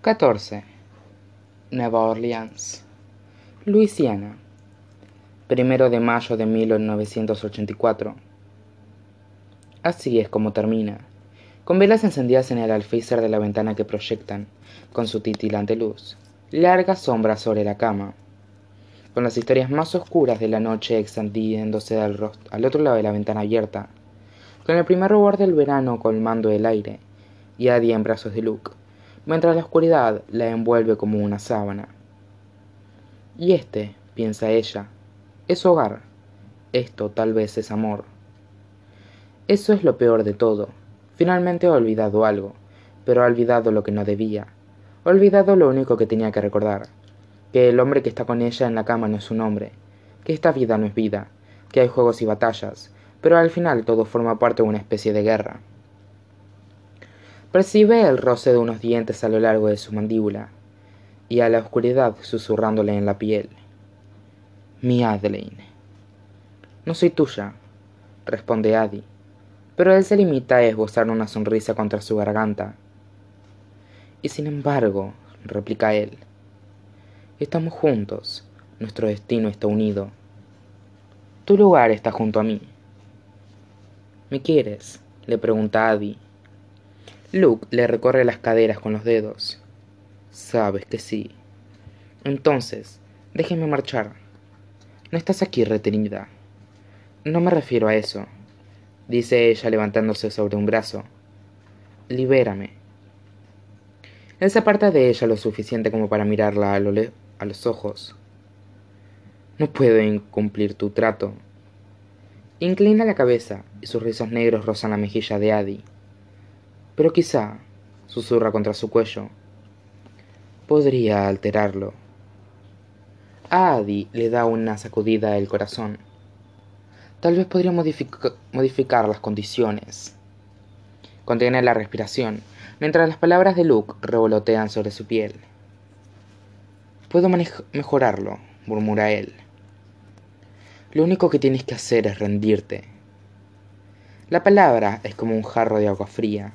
14. Nueva Orleans, Luisiana, 1 de mayo de 1984. Así es como termina, con velas encendidas en el alféizar de la ventana que proyectan, con su titilante luz, largas sombras sobre la cama, con las historias más oscuras de la noche extendiéndose al otro lado de la ventana abierta, con el primer rubor del verano colmando el aire, y Addie en brazos de Luke, mientras la oscuridad la envuelve como una sábana. Y piensa ella, es hogar. Esto tal vez es amor. Eso es lo peor de todo. Finalmente ha olvidado algo, pero ha olvidado lo que no debía. Ha olvidado lo único que tenía que recordar, que el hombre que está con ella en la cama no es un hombre, que esta vida no es vida, que hay juegos y batallas, pero al final todo forma parte de una especie de guerra. Percibe el roce de unos dientes a lo largo de su mandíbula, y a la oscuridad susurrándole en la piel. Mi Adelaide. No soy tuya, responde Addie, pero él se limita a esbozar una sonrisa contra su garganta. Y sin embargo, replica él, estamos juntos, nuestro destino está unido. Tu lugar está junto a mí. ¿Me quieres?, le pregunta Addie. Luke le recorre las caderas con los dedos. Sabes que sí. Entonces, déjeme marchar. No estás aquí retenida. No me refiero a eso, dice ella levantándose sobre un brazo. Libérame. Él se aparta de ella lo suficiente como para mirarla a los ojos. No puedo incumplir tu trato. Inclina la cabeza y sus rizos negros rozan la mejilla de Addie. Pero quizá, susurra contra su cuello, podría alterarlo. A Addie le da una sacudida el corazón. Tal vez podría modificar las condiciones. Contiene la respiración, mientras las palabras de Luke revolotean sobre su piel. Puedo mejorarlo, murmura él. Lo único que tienes que hacer es rendirte. La palabra es como un jarro de agua fría.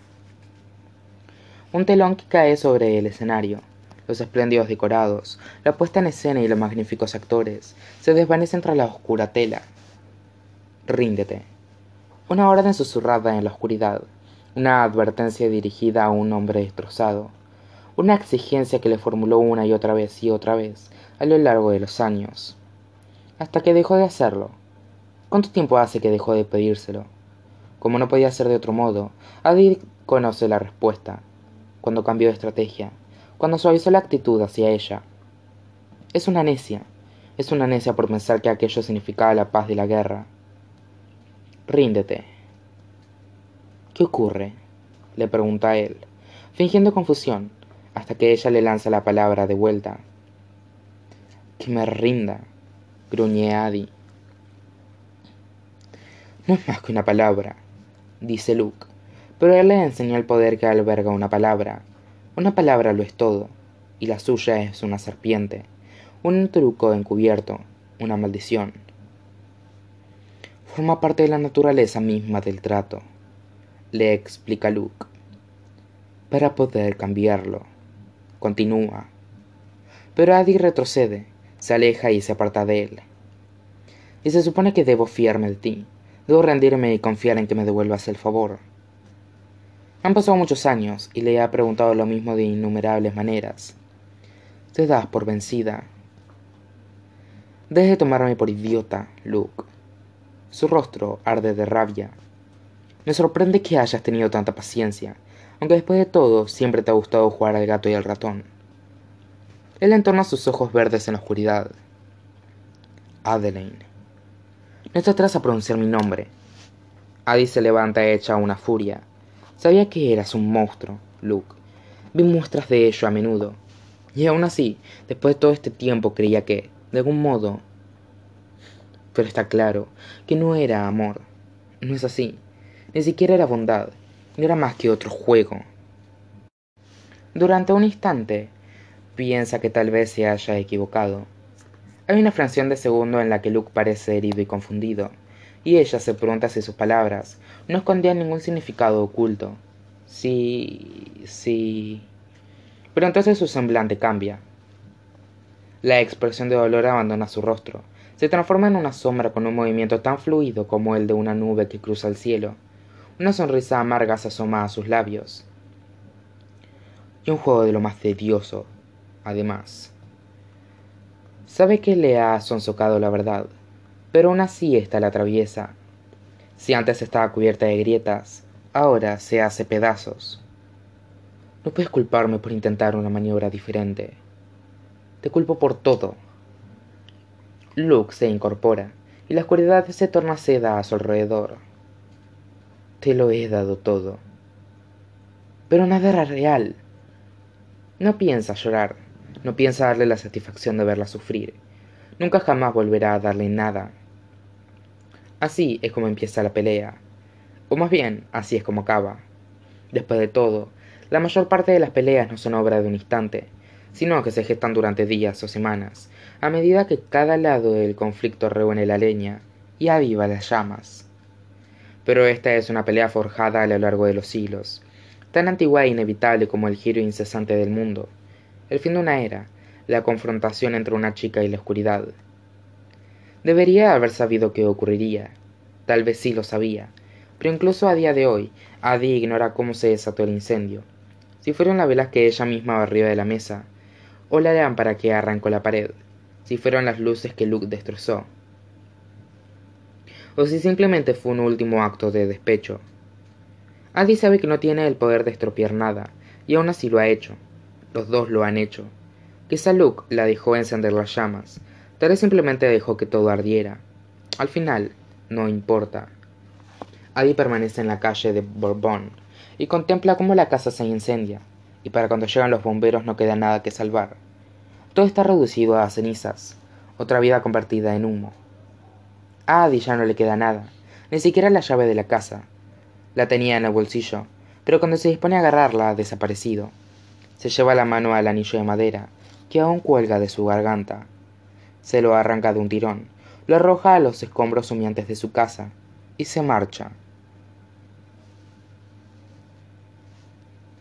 Un telón que cae sobre el escenario. Los espléndidos decorados, la puesta en escena y los magníficos actores se desvanecen tras la oscura tela. Ríndete. Una orden susurrada en la oscuridad, una advertencia dirigida a un hombre destrozado, una exigencia que le formuló una y otra vez a lo largo de los años, hasta que dejó de hacerlo. ¿Cuánto tiempo hace que dejó de pedírselo? Como no podía ser de otro modo, Addie conoce la respuesta. Cuando cambió de estrategia, cuando suavizó la actitud hacia ella. Es una necia por pensar que aquello significaba la paz de la guerra. Ríndete. ¿Qué ocurre?, le pregunta a él, fingiendo confusión, hasta que ella le lanza la palabra de vuelta. Que me rinda, gruñe Addie. No es más que una palabra, dice Luke, pero él le enseñó el poder que alberga una palabra. Una palabra lo es todo, y la suya es una serpiente, un truco encubierto, una maldición. Forma parte de la naturaleza misma del trato, le explica Luke. Para poder cambiarlo, continúa. Pero Addie retrocede, se aleja y se aparta de él. Y se supone que debo fiarme de ti, debo rendirme y confiar en que me devuelvas el favor. Han pasado muchos años y le he preguntado lo mismo de innumerables maneras. Te das por vencida. Deja de tomarme por idiota, Luke. Su rostro arde de rabia. Me sorprende que hayas tenido tanta paciencia, aunque después de todo siempre te ha gustado jugar al gato y al ratón. Él entorna sus ojos verdes en la oscuridad. Adelaide. No te atrevas a pronunciar mi nombre. Addie se levanta hecha una furia. Sabía que eras un monstruo, Luke. Vi muestras de ello a menudo. Y aún así, después de todo este tiempo creía que, de algún modo... Pero está claro que no era amor. No es así. Ni siquiera era bondad. No era más que otro juego. Durante un instante, piensa que tal vez se haya equivocado. Hay una fracción de segundo en la que Luke parece herido y confundido, y ella se pregunta si sus palabras no escondían ningún significado oculto. Sí... Pero entonces su semblante cambia. La expresión de dolor abandona su rostro. Se transforma en una sombra con un movimiento tan fluido como el de una nube que cruza el cielo. Una sonrisa amarga se asoma a sus labios. Y un juego de lo más tedioso, además. Sabe que le ha sonsocado la verdad, pero aún así ésta la atraviesa. Si antes estaba cubierta de grietas, ahora se hace pedazos. No puedes culparme por intentar una maniobra diferente. Te culpo por todo. Luke se incorpora, y la oscuridad se torna seda a su alrededor. Te lo he dado todo. Pero nada era real. No piensa llorar, no piensa darle la satisfacción de verla sufrir. Nunca jamás volverá a darle nada. Así es como empieza la pelea, o más bien, así es como acaba. Después de todo, la mayor parte de las peleas no son obra de un instante, sino que se gestan durante días o semanas, a medida que cada lado del conflicto reúne la leña y aviva las llamas. Pero esta es una pelea forjada a lo largo de los siglos, tan antigua e inevitable como el giro incesante del mundo, el fin de una era, la confrontación entre una chica y la oscuridad. Debería haber sabido qué ocurriría. Tal vez sí lo sabía, pero incluso a día de hoy, Adi ignora cómo se desató el incendio. Si fueron las velas que ella misma barrió de la mesa, o la lámpara que arrancó la pared, si fueron las luces que Luke destrozó, o si simplemente fue un último acto de despecho. Adi sabe que no tiene el poder de estropear nada, y aún así lo ha hecho. Los dos lo han hecho. Quizá Luke la dejó encender las llamas, tal vez simplemente dejó que todo ardiera. Al final, no importa. Adi permanece en la calle de Bourbon y contempla cómo la casa se incendia, y para cuando llegan los bomberos no queda nada que salvar. Todo está reducido a cenizas, otra vida convertida en humo. A Adi ya no le queda nada, ni siquiera la llave de la casa. La tenía en el bolsillo, pero cuando se dispone a agarrarla ha desaparecido. Se lleva la mano al anillo de madera, que aún cuelga de su garganta. Se lo arranca de un tirón, lo arroja a los escombros humeantes de su casa, y se marcha.